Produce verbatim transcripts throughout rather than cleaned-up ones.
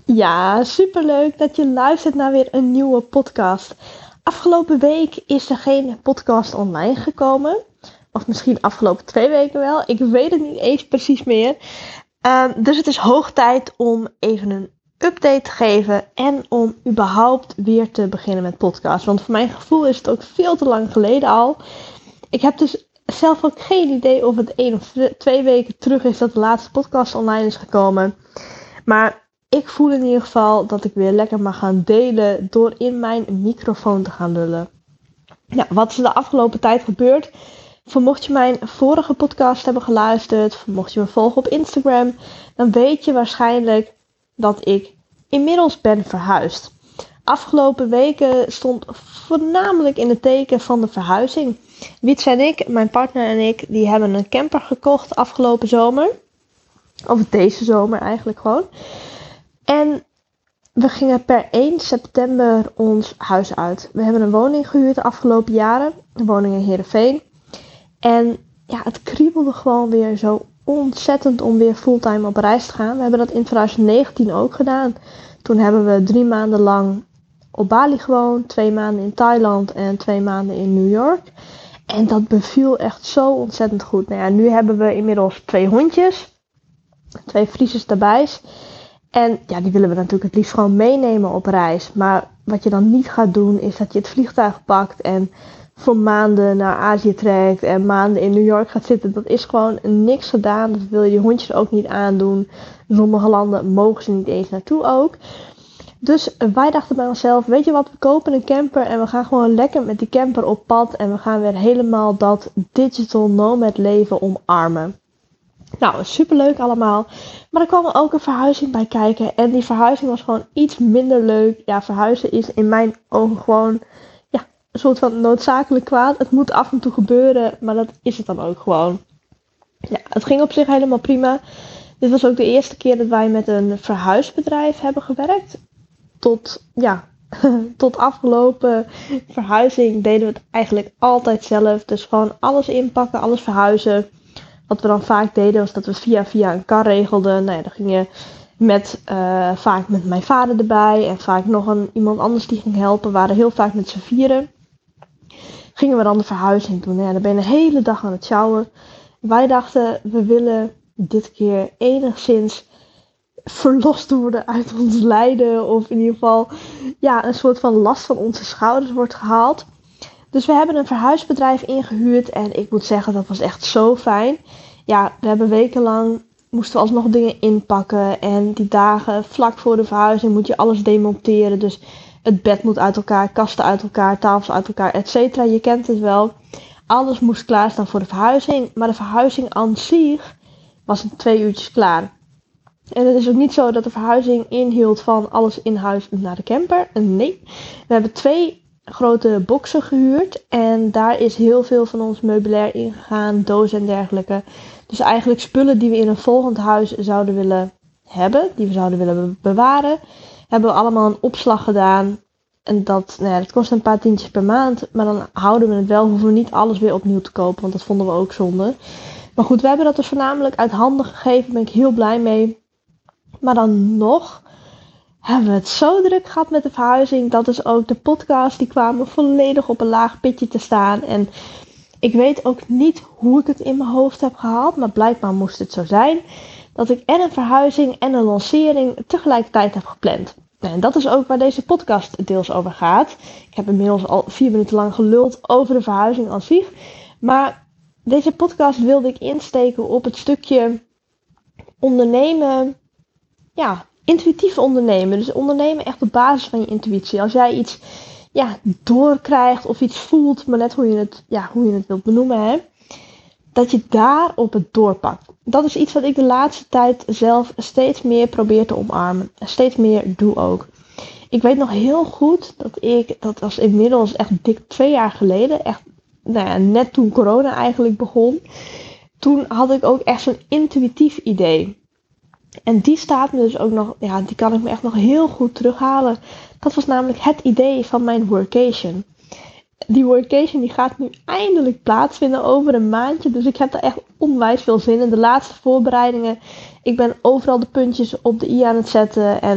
Ja, superleuk dat je luistert naar weer een nieuwe podcast. Afgelopen week is er geen podcast online gekomen. Of misschien afgelopen twee weken wel. Ik weet het niet eens precies meer. Um, dus het is hoog tijd om even een update te geven. En om überhaupt weer te beginnen met podcast. Want voor mijn gevoel is het ook veel te lang geleden al. Ik heb dus zelf ook geen idee of het één of twee weken terug is dat de laatste podcast online is gekomen. Maar ik voel in ieder geval dat ik weer lekker mag gaan delen door in mijn microfoon te gaan lullen. Ja, wat is er de afgelopen tijd gebeurd? Mocht je mijn vorige podcast hebben geluisterd, mocht je me volgen op Instagram, dan weet je waarschijnlijk dat ik inmiddels ben verhuisd. Afgelopen weken stond voornamelijk in het teken van de verhuizing. Wiets en ik, mijn partner en ik, die hebben een camper gekocht afgelopen zomer. Of deze zomer eigenlijk gewoon. En we gingen per één september ons huis uit. We hebben een woning gehuurd de afgelopen jaren. Een woning in Heerenveen. En ja, het kriebelde gewoon weer zo ontzettend om weer fulltime op reis te gaan. We hebben dat in twintig negentien ook gedaan. Toen hebben we drie maanden lang op Bali gewoond. Twee maanden in Thailand en twee maanden in New York. En dat beviel echt zo ontzettend goed. Nou ja, nu hebben we inmiddels twee hondjes. Twee Friese daarbij's. En ja, die willen we natuurlijk het liefst gewoon meenemen op reis. Maar wat je dan niet gaat doen, is dat je het vliegtuig pakt en voor maanden naar Azië trekt en maanden in New York gaat zitten. Dat is gewoon niks gedaan. Dat wil je die hondjes ook niet aandoen. Sommige landen mogen ze niet eens naartoe ook. Dus wij dachten bij onszelf, weet je wat, we kopen een camper en we gaan gewoon lekker met die camper op pad. En we gaan weer helemaal dat digital nomad leven omarmen. Nou, superleuk allemaal. Maar er kwam ook een verhuizing bij kijken. En die verhuizing was gewoon iets minder leuk. Ja, verhuizen is in mijn ogen gewoon ja, een soort van noodzakelijk kwaad. Het moet af en toe gebeuren, maar dat is het dan ook gewoon. Ja, het ging op zich helemaal prima. Dit was ook de eerste keer dat wij met een verhuisbedrijf hebben gewerkt. Tot, ja, tot afgelopen verhuizing deden we het eigenlijk altijd zelf. Dus gewoon alles inpakken, alles verhuizen. Wat we dan vaak deden was dat we via via een kar regelden. Nou ja, dan ging je met, uh, vaak met mijn vader erbij. En vaak nog een, iemand anders die ging helpen. We waren heel vaak met z'n vieren. Gingen we dan de verhuizing doen. Nou ja, dan ben je een hele dag aan het sjouwen. Wij dachten, we willen dit keer enigszins verlost worden uit ons lijden. Of in ieder geval ja, een soort van last van onze schouders wordt gehaald. Dus we hebben een verhuisbedrijf ingehuurd en ik moet zeggen, dat was echt zo fijn. Ja, we hebben wekenlang, moesten we alsnog dingen inpakken en die dagen vlak voor de verhuizing moet je alles demonteren. Dus het bed moet uit elkaar, kasten uit elkaar, tafels uit elkaar, et cetera. Je kent het wel. Alles moest klaarstaan voor de verhuizing, maar de verhuizing aan zich was in twee uurtjes klaar. En het is ook niet zo dat de verhuizing inhield van alles in huis naar de camper. Nee, we hebben twee grote boxen gehuurd en daar is heel veel van ons meubilair ingegaan, dozen en dergelijke. Dus eigenlijk spullen die we in een volgend huis zouden willen hebben, die we zouden willen bewaren, hebben we allemaal een opslag gedaan. En dat, nou ja, dat kost een paar tientjes per maand, maar dan houden we het wel, hoeven we niet alles weer opnieuw te kopen, want dat vonden we ook zonde. Maar goed, we hebben dat dus voornamelijk uit handen gegeven, daar ben ik heel blij mee. Maar dan nog hebben we het zo druk gehad met de verhuizing. Dat is ook de podcast. Die kwamen volledig op een laag pitje te staan. En ik weet ook niet hoe ik het in mijn hoofd heb gehaald. Maar blijkbaar moest het zo zijn. Dat ik en een verhuizing en een lancering tegelijkertijd heb gepland. En dat is ook waar deze podcast deels over gaat. Ik heb inmiddels al vier minuten lang geluld over de verhuizing aan zich. Maar deze podcast wilde ik insteken op het stukje ondernemen. Ja, intuïtief ondernemen. Dus ondernemen echt op basis van je intuïtie. Als jij iets ja, doorkrijgt of iets voelt, maar net hoe je het, ja, hoe je het wilt benoemen, hè, dat je daarop het doorpakt. Dat is iets wat ik de laatste tijd zelf steeds meer probeer te omarmen. En steeds meer doe ook. Ik weet nog heel goed dat ik, dat was inmiddels echt dik twee jaar geleden, echt nou ja, net toen corona eigenlijk begon, toen had ik ook echt zo'n intuïtief idee. En die staat me dus ook nog, ja, die kan ik me echt nog heel goed terughalen. Dat was namelijk het idee van mijn workation. Die workation die gaat nu eindelijk plaatsvinden over een maandje. Dus ik heb er echt onwijs veel zin in. De laatste voorbereidingen. Ik ben overal de puntjes op de i aan het zetten. En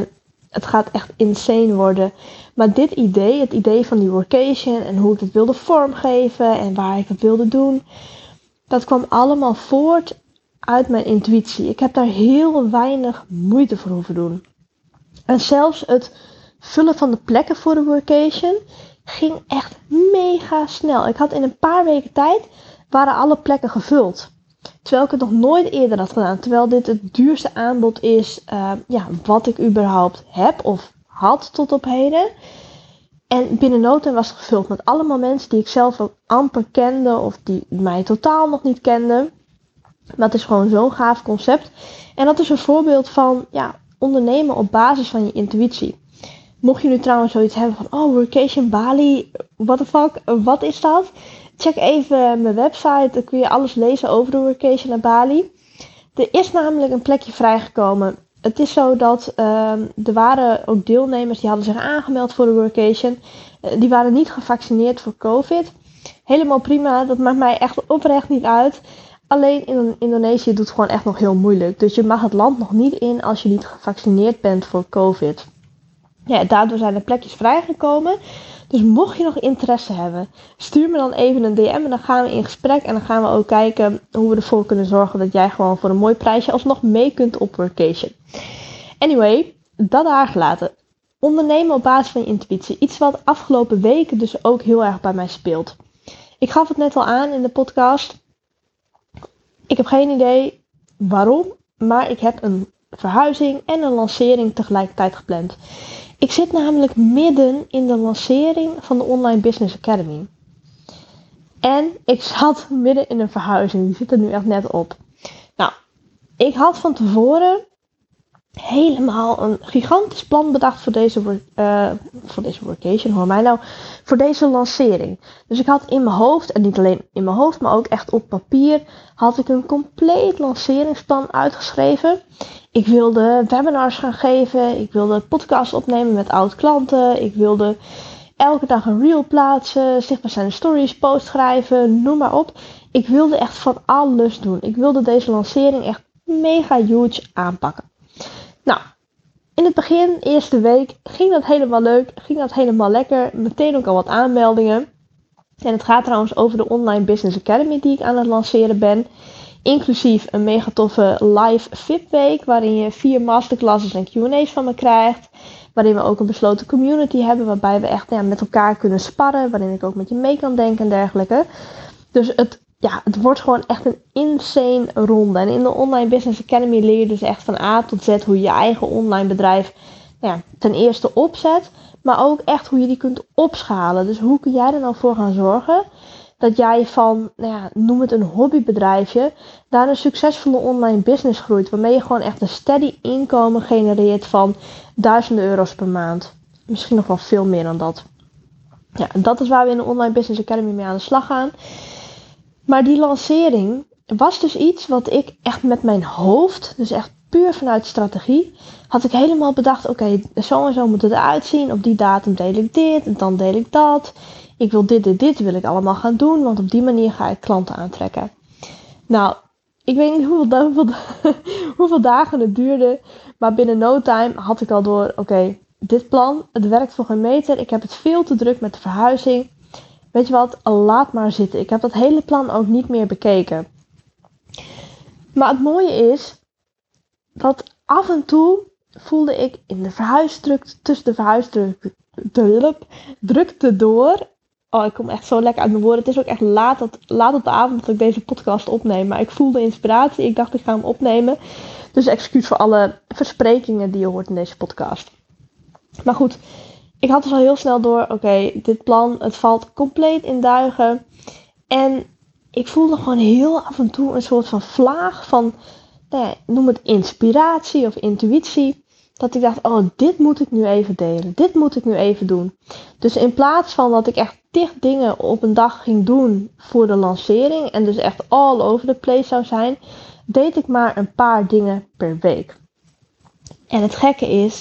het gaat echt insane worden. Maar dit idee, het idee van die workation en hoe ik het wilde vormgeven en waar ik het wilde doen, dat kwam allemaal voort uit mijn intuïtie. Ik heb daar heel weinig moeite voor hoeven doen. En zelfs het vullen van de plekken voor de workation ging echt mega snel. Ik had in een paar weken tijd, waren alle plekken gevuld. Terwijl ik het nog nooit eerder had gedaan. Terwijl dit het duurste aanbod is uh, ja, wat ik überhaupt heb of had tot op heden. En binnen no time was het gevuld met allemaal mensen die ik zelf ook amper kende of die mij totaal nog niet kenden. Dat is gewoon zo'n gaaf concept. En dat is een voorbeeld van ja, ondernemen op basis van je intuïtie. Mocht je nu trouwens zoiets hebben van, oh, Workation Bali, what the fuck, wat is dat? Check even mijn website, dan kun je alles lezen over de Workation naar Bali. Er is namelijk een plekje vrijgekomen. Het is zo dat uh, er waren ook deelnemers die hadden zich aangemeld voor de Workation. Uh, die waren niet gevaccineerd voor COVID. Helemaal prima, dat maakt mij echt oprecht niet uit. Alleen in Indonesië doet het gewoon echt nog heel moeilijk. Dus je mag het land nog niet in als je niet gevaccineerd bent voor COVID. Ja, daardoor zijn er plekjes vrijgekomen. Dus mocht je nog interesse hebben, stuur me dan even een D M en dan gaan we in gesprek. En dan gaan we ook kijken hoe we ervoor kunnen zorgen dat jij gewoon voor een mooi prijsje alsnog mee kunt op workation. Anyway, dat daar gelaten. Ondernemen op basis van je intuïtie. Iets wat afgelopen weken dus ook heel erg bij mij speelt. Ik gaf het net al aan in de podcast. Ik heb geen idee waarom, maar ik heb een verhuizing en een lancering tegelijkertijd gepland. Ik zit namelijk midden in de lancering van de Online Business Academy. En ik zat midden in een verhuizing. Die zit er nu echt net op. Nou, ik had van tevoren helemaal een gigantisch plan bedacht voor deze, uh, voor deze workation, hoor mij nou, voor deze lancering. Dus ik had in mijn hoofd, en niet alleen in mijn hoofd, maar ook echt op papier, had ik een compleet lanceringsplan uitgeschreven. Ik wilde webinars gaan geven, ik wilde podcasts opnemen met oud-klanten, ik wilde elke dag een reel plaatsen, zichtbaar zijn stories, post schrijven, noem maar op. Ik wilde echt van alles doen. Ik wilde deze lancering echt mega huge aanpakken. Nou, in het begin, eerste week, ging dat helemaal leuk, ging dat helemaal lekker. Meteen ook al wat aanmeldingen. En het gaat trouwens over de Online Business Academy die ik aan het lanceren ben. Inclusief een mega toffe live V I P-week, waarin je vier masterclasses en Q en A's van me krijgt. Waarin we ook een besloten community hebben, waarbij we echt ja, met elkaar kunnen sparren. Waarin ik ook met je mee kan denken en dergelijke. Dus het, ja, het wordt gewoon echt een insane ronde. En in de Online Business Academy leer je dus echt van A tot Z hoe je je eigen online bedrijf ja, ten eerste opzet. Maar ook echt hoe je die kunt opschalen. Dus hoe kun jij er nou voor gaan zorgen dat jij van, nou ja, noem het een hobbybedrijfje, naar een succesvolle online business groeit. Waarmee je gewoon echt een steady inkomen genereert van duizenden euro's per maand. Misschien nog wel veel meer dan dat. Ja, dat is waar we in de Online Business Academy mee aan de slag gaan. Maar die lancering was dus iets wat ik echt met mijn hoofd, dus echt puur vanuit strategie, had ik helemaal bedacht, oké, okay, zo en zo moet het eruit zien. Op die datum deel ik dit en dan deel ik dat. Ik wil dit, dit, dit wil ik allemaal gaan doen, want op die manier ga ik klanten aantrekken. Nou, ik weet niet hoeveel, hoeveel, hoeveel dagen het duurde, maar binnen no time had ik al door, oké, okay, dit plan, het werkt voor geen meter. Ik heb het veel te druk met de verhuizing. Weet je wat, laat maar zitten. Ik heb dat hele plan ook niet meer bekeken. Maar het mooie is dat af en toe voelde ik in de verhuisdrukte, tussen de verhuisdrukte drukte door. Oh, ik kom echt zo lekker uit mijn woorden. Het is ook echt laat, dat, laat op de avond dat ik deze podcast opneem. Maar ik voelde inspiratie. Ik dacht, ik ga hem opnemen. Dus excuus voor alle versprekingen die je hoort in deze podcast. Maar goed, ik had dus al heel snel door. Oké, okay, dit plan, het valt compleet in duigen. En ik voelde gewoon heel af en toe een soort van vlaag van, nou ja, noem het inspiratie of intuïtie. Dat ik dacht, oh, dit moet ik nu even delen. Dit moet ik nu even doen. Dus in plaats van dat ik echt tig dingen op een dag ging doen voor de lancering. En dus echt all over the place zou zijn. Deed ik maar een paar dingen per week. En het gekke is.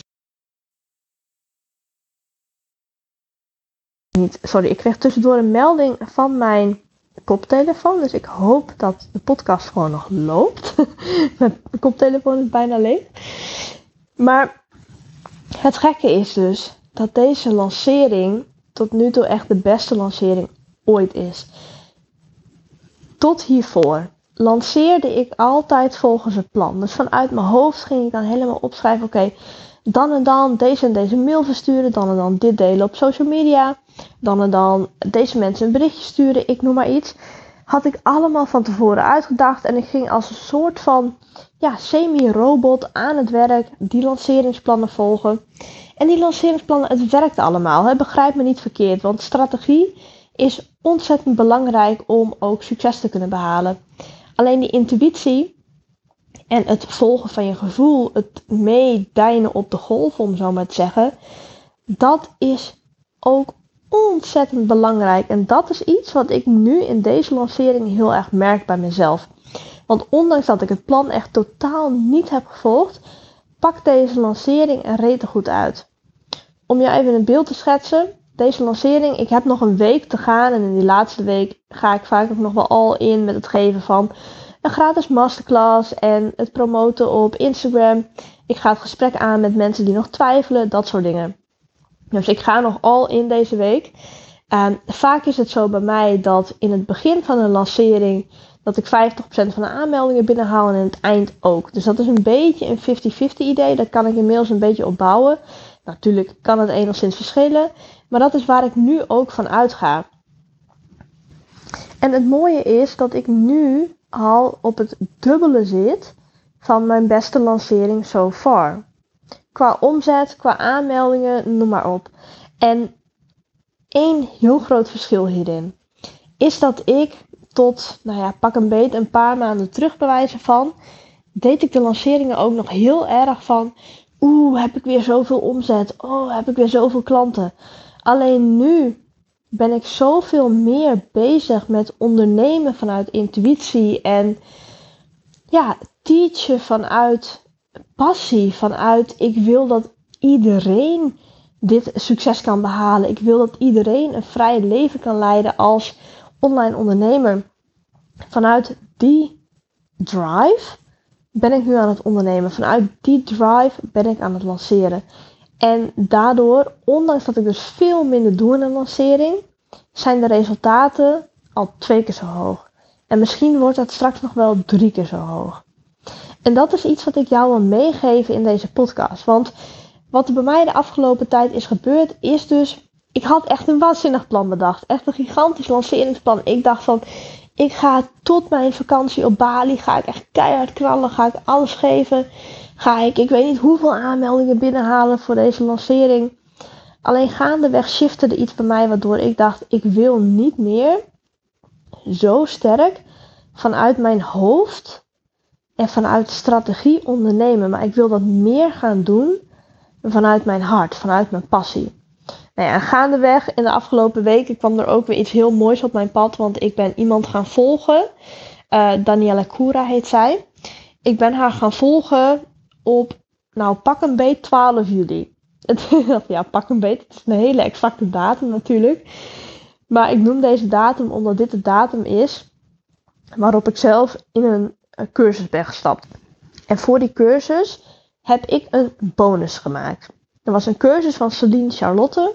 Niet, sorry, ik kreeg tussendoor een melding van mijn koptelefoon. Dus ik hoop dat de podcast gewoon nog loopt. Mijn koptelefoon is bijna leeg. Maar Het gekke is dus dat deze lancering tot nu toe echt de beste lancering ooit is. Tot hiervoor lanceerde ik altijd volgens het plan. Dus vanuit mijn hoofd ging ik dan helemaal opschrijven, oké, okay, dan en dan deze en deze mail versturen, dan en dan dit delen op social media, dan en dan deze mensen een berichtje sturen, ik noem maar iets. Had ik allemaal van tevoren uitgedacht en ik ging als een soort van ja, semi-robot aan het werk die lanceringsplannen volgen. En die lanceringsplannen, het werkte allemaal. Hè? Begrijp me niet verkeerd, want strategie is ontzettend belangrijk om ook succes te kunnen behalen. Alleen die intuïtie en het volgen van je gevoel, het meedijnen op de golf, om zo maar te zeggen, dat is ook ontzettend belangrijk. En dat is iets wat ik nu in deze lancering heel erg merk bij mezelf. Want ondanks dat ik het plan echt totaal niet heb gevolgd, pakt deze lancering er rete goed uit. Om je even een beeld te schetsen, deze lancering, ik heb nog een week te gaan en in die laatste week ga ik vaak ook nog wel all in met het geven van een gratis masterclass en het promoten op Instagram. Ik ga het gesprek aan met mensen die nog twijfelen, dat soort dingen. Dus ik ga nog all in deze week. Um, vaak is het zo bij mij dat in het begin van een lancering dat ik vijftig procent van de aanmeldingen binnenhaal en in het eind ook. Dus dat is een beetje een vijftig vijftig idee. Dat kan ik inmiddels een beetje opbouwen. Natuurlijk kan het enigszins verschillen. Maar dat is waar ik nu ook van uitga. En het mooie is dat ik nu al op het dubbele zit van mijn beste lancering so far. Qua omzet, qua aanmeldingen, noem maar op. En één heel groot verschil hierin is dat ik tot, nou ja, pak een beet een paar maanden terug bij wijze van, deed ik de lanceringen ook nog heel erg van, oeh, heb ik weer zoveel omzet, oh, heb ik weer zoveel klanten. Alleen nu ben ik zoveel meer bezig met ondernemen vanuit intuïtie en ja, teachen vanuit passie, vanuit ik wil dat iedereen dit succes kan behalen. Ik wil dat iedereen een vrij leven kan leiden als online ondernemer. Vanuit die drive ben ik nu aan het ondernemen. Vanuit die drive ben ik aan het lanceren. En daardoor, ondanks dat ik dus veel minder doe in een lancering, zijn de resultaten al twee keer zo hoog. En misschien wordt dat straks nog wel drie keer zo hoog. En dat is iets wat ik jou wil meegeven in deze podcast. Want wat er bij mij de afgelopen tijd is gebeurd, is dus, ik had echt een waanzinnig plan bedacht. Echt een gigantisch lanceringsplan. Ik dacht van, ik ga tot mijn vakantie op Bali, ga ik echt keihard knallen, ga ik alles geven. Ga ik, ik weet niet hoeveel aanmeldingen binnenhalen voor deze lancering. Alleen gaandeweg shifte er iets bij mij, waardoor ik dacht, ik wil niet meer zo sterk vanuit mijn hoofd en vanuit strategie ondernemen. Maar ik wil dat meer gaan doen vanuit mijn hart, vanuit mijn passie. Nou ja, en gaandeweg in de afgelopen weken kwam er ook weer iets heel moois op mijn pad. Want ik ben iemand gaan volgen. Uh, Daniela Cura heet zij. Ik ben haar gaan volgen op, nou pak een beet twaalf juli. Ja, pak een beet. Het is een hele exacte datum natuurlijk. Maar ik noem deze datum omdat dit de datum is waarop ik zelf in een cursus ben gestapt. En voor die cursus heb ik een bonus gemaakt. Er was een cursus van Celine Charlotte.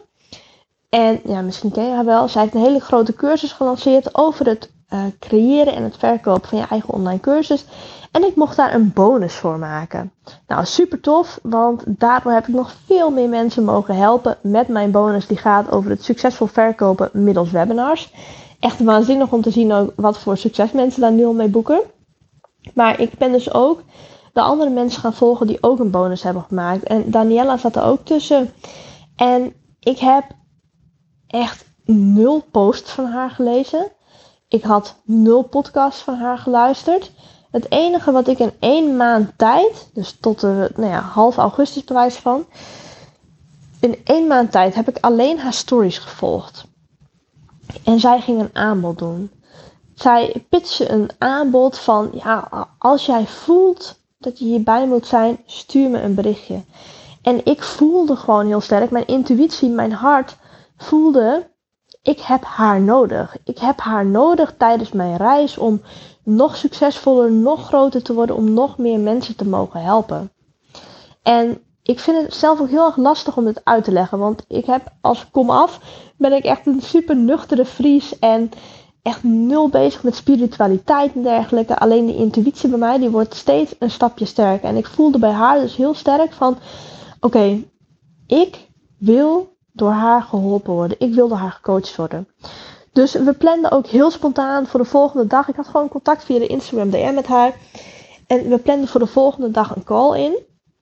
En ja, misschien ken je haar wel. Zij heeft een hele grote cursus gelanceerd over het uh, creëren en het verkopen van je eigen online cursus. En ik mocht daar een bonus voor maken. Nou, super tof, want daardoor heb ik nog veel meer mensen mogen helpen met mijn bonus. Die gaat over het succesvol verkopen middels webinars. Echt waanzinnig om te zien ook wat voor succes mensen daar nu al mee boeken. Maar ik ben dus ook de andere mensen gaan volgen die ook een bonus hebben gemaakt. En Daniela zat er ook tussen. En ik heb echt nul posts van haar gelezen. Ik had nul podcasts van haar geluisterd. Het enige wat ik in één maand tijd, dus tot de nou ja, half augustus bewijs van, in één maand tijd heb ik alleen haar stories gevolgd. En zij ging een aanbod doen. Zij pitchte een aanbod van, ja, als jij voelt dat je hierbij moet zijn, stuur me een berichtje. En ik voelde gewoon heel sterk, mijn intuïtie, mijn hart voelde, ik heb haar nodig. Ik heb haar nodig tijdens mijn reis om nog succesvoller, nog groter te worden, om nog meer mensen te mogen helpen. En ik vind het zelf ook heel erg lastig om dit uit te leggen. Want ik heb als komaf ben ik echt een super nuchtere Fries. En echt nul bezig met spiritualiteit en dergelijke. Alleen die intuïtie bij mij die wordt steeds een stapje sterker. En ik voelde bij haar dus heel sterk van... Oké, okay, ik wil door haar geholpen worden. Ik wil door haar gecoacht worden. Dus we planden ook heel spontaan voor de volgende dag. Ik had gewoon contact via de Instagram D M met haar. En we planden voor de volgende dag een call in.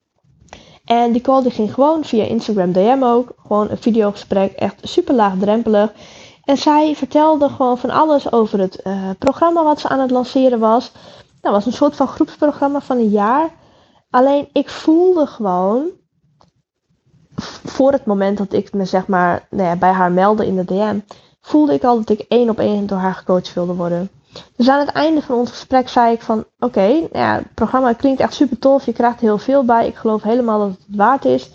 En die call die ging gewoon via Instagram D M ook. Gewoon een videogesprek, echt super laagdrempelig. En zij vertelde gewoon van alles over het uh, programma wat ze aan het lanceren was. Dat was een soort van groepsprogramma van een jaar. Alleen ik voelde gewoon, voor het moment dat ik me zeg maar nou ja, bij haar meldde in de D M, voelde ik al dat ik één op één door haar gecoacht wilde worden. Dus aan het einde van ons gesprek zei ik van, oké, okay, nou ja, het programma klinkt echt super tof, je krijgt heel veel bij, ik geloof helemaal dat het waard is.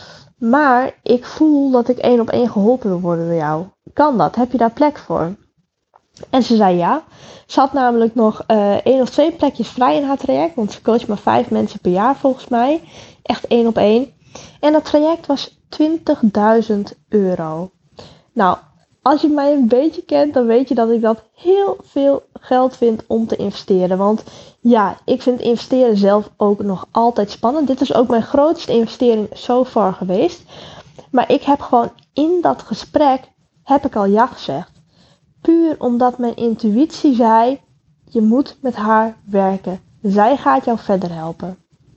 Maar ik voel dat ik één op één geholpen wil worden door jou. Kan dat? Heb je daar plek voor? En ze zei ja. Ze had namelijk nog uh, één of twee plekjes vrij in haar traject. Want ze coacht maar vijf mensen per jaar volgens mij. Echt één op één. En dat traject was twintigduizend euro. Nou, als je mij een beetje kent, dan weet je dat ik dat heel veel geld vind om te investeren. Want ja, ik vind investeren zelf ook nog altijd spannend. Dit is ook mijn grootste investering so far geweest. Maar ik heb gewoon in dat gesprek, heb ik al ja gezegd. Puur omdat mijn intuïtie zei, je moet met haar werken. Zij gaat jou verder helpen.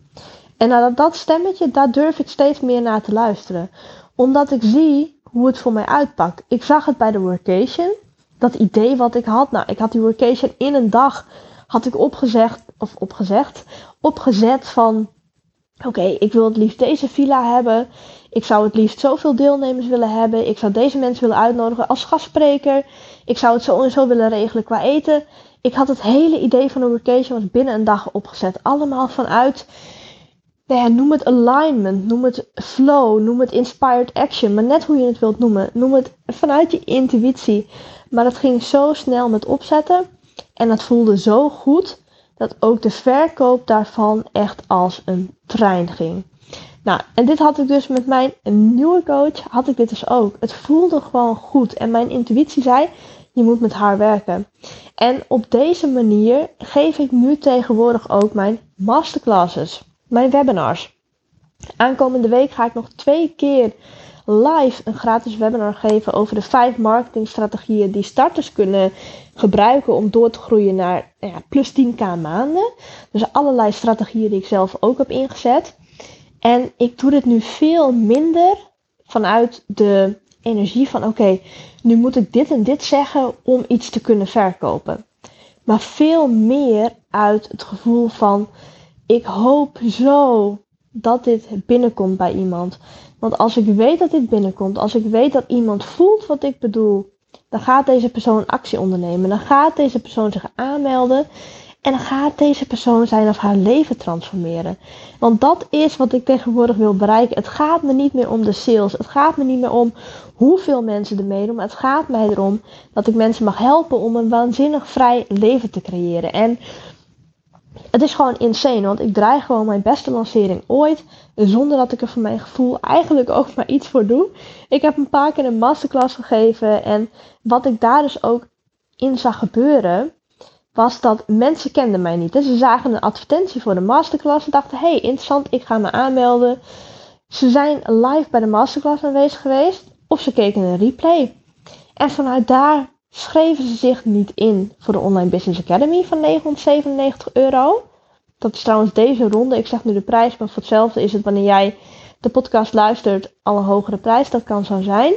En naar dat stemmetje, daar durf ik steeds meer naar te luisteren. Omdat ik zie hoe het voor mij uitpakt. Ik zag het bij de workation. Dat idee wat ik had. Nou, ik had die workation in een dag had ik opgezegd, of opgezegd, opgezet van, oké, okay, ik wil het liefst deze villa hebben. Ik zou het liefst zoveel deelnemers willen hebben. Ik zou deze mensen willen uitnodigen als gastspreker. Ik zou het zo en zo willen regelen qua eten. Ik had het hele idee van de workation was binnen een dag opgezet. Allemaal vanuit, nou ja, noem het alignment, noem het flow, noem het inspired action. Maar net hoe je het wilt noemen. Noem het vanuit je intuïtie. Maar dat ging zo snel met opzetten. En dat voelde zo goed. Dat ook de verkoop daarvan echt als een trein ging. Nou, en dit had ik dus met mijn nieuwe coach, had ik dit dus ook. Het voelde gewoon goed. En mijn intuïtie zei, je moet met haar werken. En op deze manier geef ik nu tegenwoordig ook mijn masterclasses. Mijn webinars. Aankomende week ga ik nog twee keer live een gratis webinar geven over de vijf marketingstrategieën die starters kunnen gebruiken om door te groeien naar nou ja, plus tien k maanden. Dus allerlei strategieën die ik zelf ook heb ingezet. En ik doe dit nu veel minder vanuit de energie van oké, okay, nu moet ik dit en dit zeggen om iets te kunnen verkopen. Maar veel meer uit het gevoel van ik hoop zo dat dit binnenkomt bij iemand. Want als ik weet dat dit binnenkomt, als ik weet dat iemand voelt wat ik bedoel, dan gaat deze persoon actie ondernemen. Dan gaat deze persoon zich aanmelden. En dan gaat deze persoon zijn of haar leven transformeren. Want dat is wat ik tegenwoordig wil bereiken. Het gaat me niet meer om de sales. Het gaat me niet meer om hoeveel mensen er meedoen. Maar het gaat mij erom dat ik mensen mag helpen om een waanzinnig vrij leven te creëren. En het is gewoon insane. Want ik draai gewoon mijn beste lancering ooit. Zonder dat ik er voor mijn gevoel eigenlijk ook maar iets voor doe. Ik heb een paar keer een masterclass gegeven. En wat ik daar dus ook in zag gebeuren, was dat mensen kenden mij niet. Ze zagen een advertentie voor de masterclass en dachten, hey, interessant, ik ga me aanmelden. Ze zijn live bij de masterclass aanwezig geweest of ze keken een replay. En vanuit daar schreven ze zich niet in voor de Online Business Academy van negenhonderdzevenennegentig euro. Dat is trouwens deze ronde. Ik zeg nu de prijs, maar voor hetzelfde is het wanneer jij de podcast luistert al een hogere prijs. Dat kan zo zijn.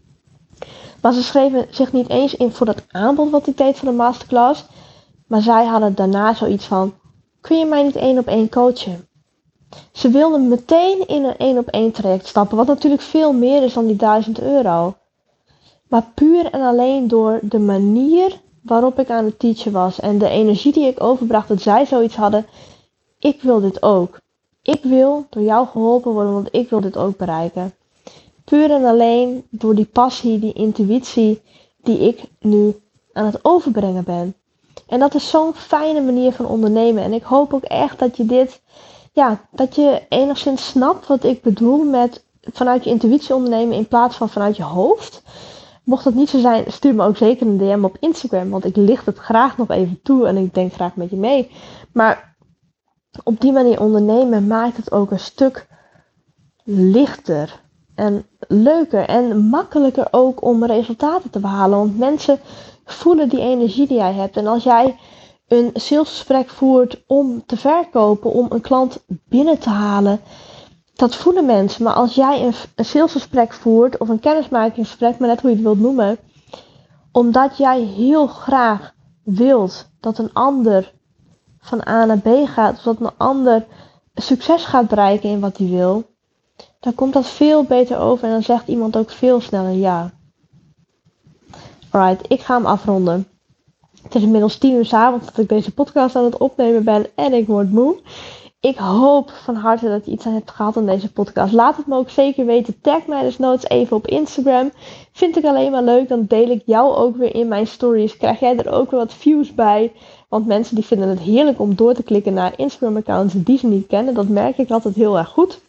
Maar ze schreven zich niet eens in voor dat aanbod wat ik deed voor de masterclass. Maar zij hadden daarna zoiets van, kun je mij niet één op één coachen? Ze wilden meteen in een één op één traject stappen, wat natuurlijk veel meer is dan die duizend euro. Maar puur en alleen door de manier waarop ik aan het teachen was en de energie die ik overbracht dat zij zoiets hadden, ik wil dit ook. Ik wil door jou geholpen worden, want ik wil dit ook bereiken. Puur en alleen door die passie, die intuïtie die ik nu aan het overbrengen ben. En dat is zo'n fijne manier van ondernemen. En ik hoop ook echt dat je dit ja, dat je enigszins snapt wat ik bedoel met vanuit je intuïtie ondernemen in plaats van vanuit je hoofd. Mocht dat niet zo zijn, stuur me ook zeker een D M op Instagram, want ik licht het graag nog even toe en ik denk graag met je mee. Maar op die manier ondernemen maakt het ook een stuk lichter en leuker en makkelijker ook om resultaten te behalen. Want mensen voelen die energie die jij hebt. En als jij een salesgesprek voert om te verkopen, om een klant binnen te halen, dat voelen mensen. Maar als jij een, een salesgesprek voert of een kennismakingsgesprek, maar net hoe je het wilt noemen, omdat jij heel graag wilt dat een ander van A naar B gaat, of dat een ander succes gaat bereiken in wat hij wil, dan komt dat veel beter over en dan zegt iemand ook veel sneller ja. Alright, ik ga hem afronden. Het is inmiddels tien uur 's avonds dat ik deze podcast aan het opnemen ben en ik word moe. Ik hoop van harte dat je iets aan hebt gehad aan deze podcast. Laat het me ook zeker weten. Tag mij dus nooit even op Instagram. Vind ik alleen maar leuk. Dan deel ik jou ook weer in mijn stories. Krijg jij er ook weer wat views bij. Want mensen die vinden het heerlijk om door te klikken naar Instagram accounts die ze niet kennen. Dat merk ik altijd heel erg goed.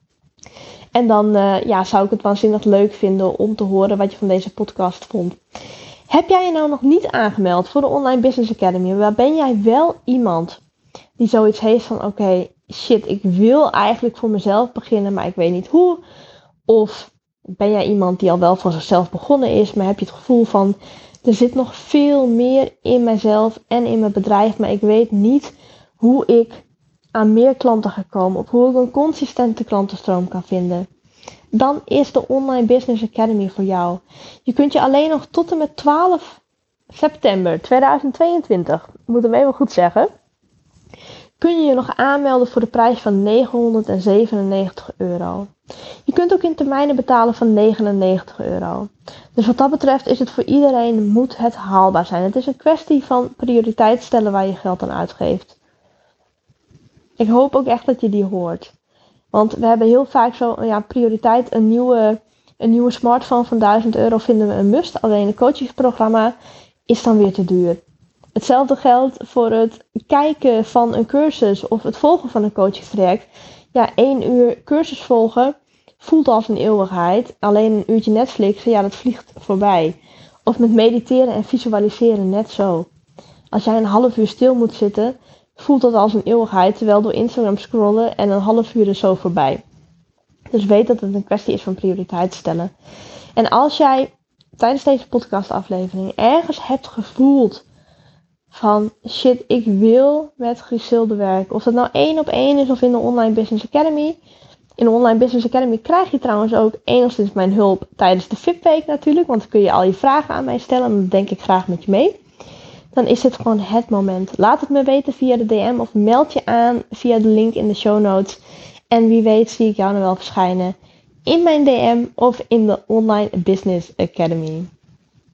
En dan uh, ja, zou ik het waanzinnig leuk vinden om te horen wat je van deze podcast vond. Heb jij je nou nog niet aangemeld voor de Online Business Academy? Waar ben jij wel iemand die zoiets heeft van oké, okay, shit, ik wil eigenlijk voor mezelf beginnen, maar ik weet niet hoe. Of ben jij iemand die al wel voor zichzelf begonnen is, maar heb je het gevoel van er zit nog veel meer in mijzelf en in mijn bedrijf, maar ik weet niet hoe ik aan meer klanten ga komen, of hoe ik een consistente klantenstroom kan vinden. Dan is de Online Business Academy voor jou. Je kunt je alleen nog tot en met twaalf september tweeduizend tweeëntwintig, moet hem even goed zeggen, kun je je nog aanmelden voor de prijs van negenhonderdzevenennegentig euro. Je kunt ook in termijnen betalen van negenennegentig euro. Dus wat dat betreft is het voor iedereen, moet het haalbaar zijn. Het is een kwestie van prioriteit stellen waar je geld aan uitgeeft. Ik hoop ook echt dat je die hoort. Want we hebben heel vaak zo, ja, prioriteit, een nieuwe, een nieuwe smartphone van duizend euro vinden we een must. Alleen een coachingsprogramma is dan weer te duur. Hetzelfde geldt voor het kijken van een cursus of het volgen van een coachingstraject. Ja, één uur cursus volgen voelt als een eeuwigheid. Alleen een uurtje Netflixen, ja, dat vliegt voorbij. Of met mediteren en visualiseren net zo. Als jij een half uur stil moet zitten, voelt dat als een eeuwigheid, terwijl door Instagram scrollen en een half uur is zo voorbij. Dus weet dat het een kwestie is van prioriteit stellen. En als jij tijdens deze podcastaflevering ergens hebt gevoeld van shit, ik wil met Griselde werken. Of dat nou één op één is of in de Online Business Academy. In de Online Business Academy krijg je trouwens ook enigszins mijn hulp tijdens de V I P-week natuurlijk. Want dan kun je al je vragen aan mij stellen en dan denk ik graag met je mee. Dan is dit gewoon het moment. Laat het me weten via de D M of meld je aan via de link in de show notes. En wie weet zie ik jou nog wel verschijnen in mijn D M of in de Online Business Academy.